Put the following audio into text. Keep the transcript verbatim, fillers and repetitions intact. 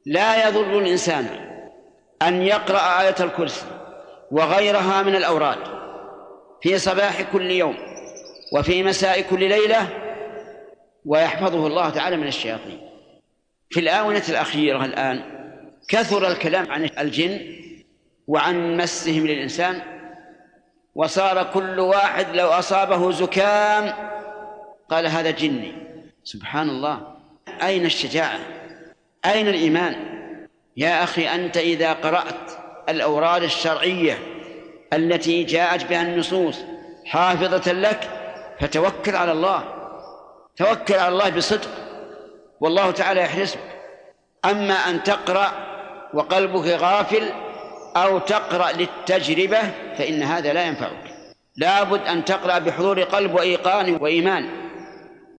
لا يضر الإنسان أن يقرأ آية الكرسي وغيرها من الأوراد في صباح كل يوم وفي مساء كل ليلة ويحفظه الله تعالى من الشياطين. في الآونة الأخيرة الآن كثر الكلام عن الجن وعن مسهم للإنسان، وصار كل واحد لو أصابه زكام قال هذا جني. سبحان الله، أين الشجاعة؟ أين الإيمان؟ يا أخي أنت إذا قرأت الأوراد الشرعية التي جاءت بها النصوص حافظة لك فتوكل على الله، توكل على الله بصدق والله تعالى يحرسك. أما أن تقرأ وقلبك غافل أو تقرأ للتجربة فإن هذا لا ينفعك، لا بد أن تقرأ بحضور قلب وإيقان وإيمان.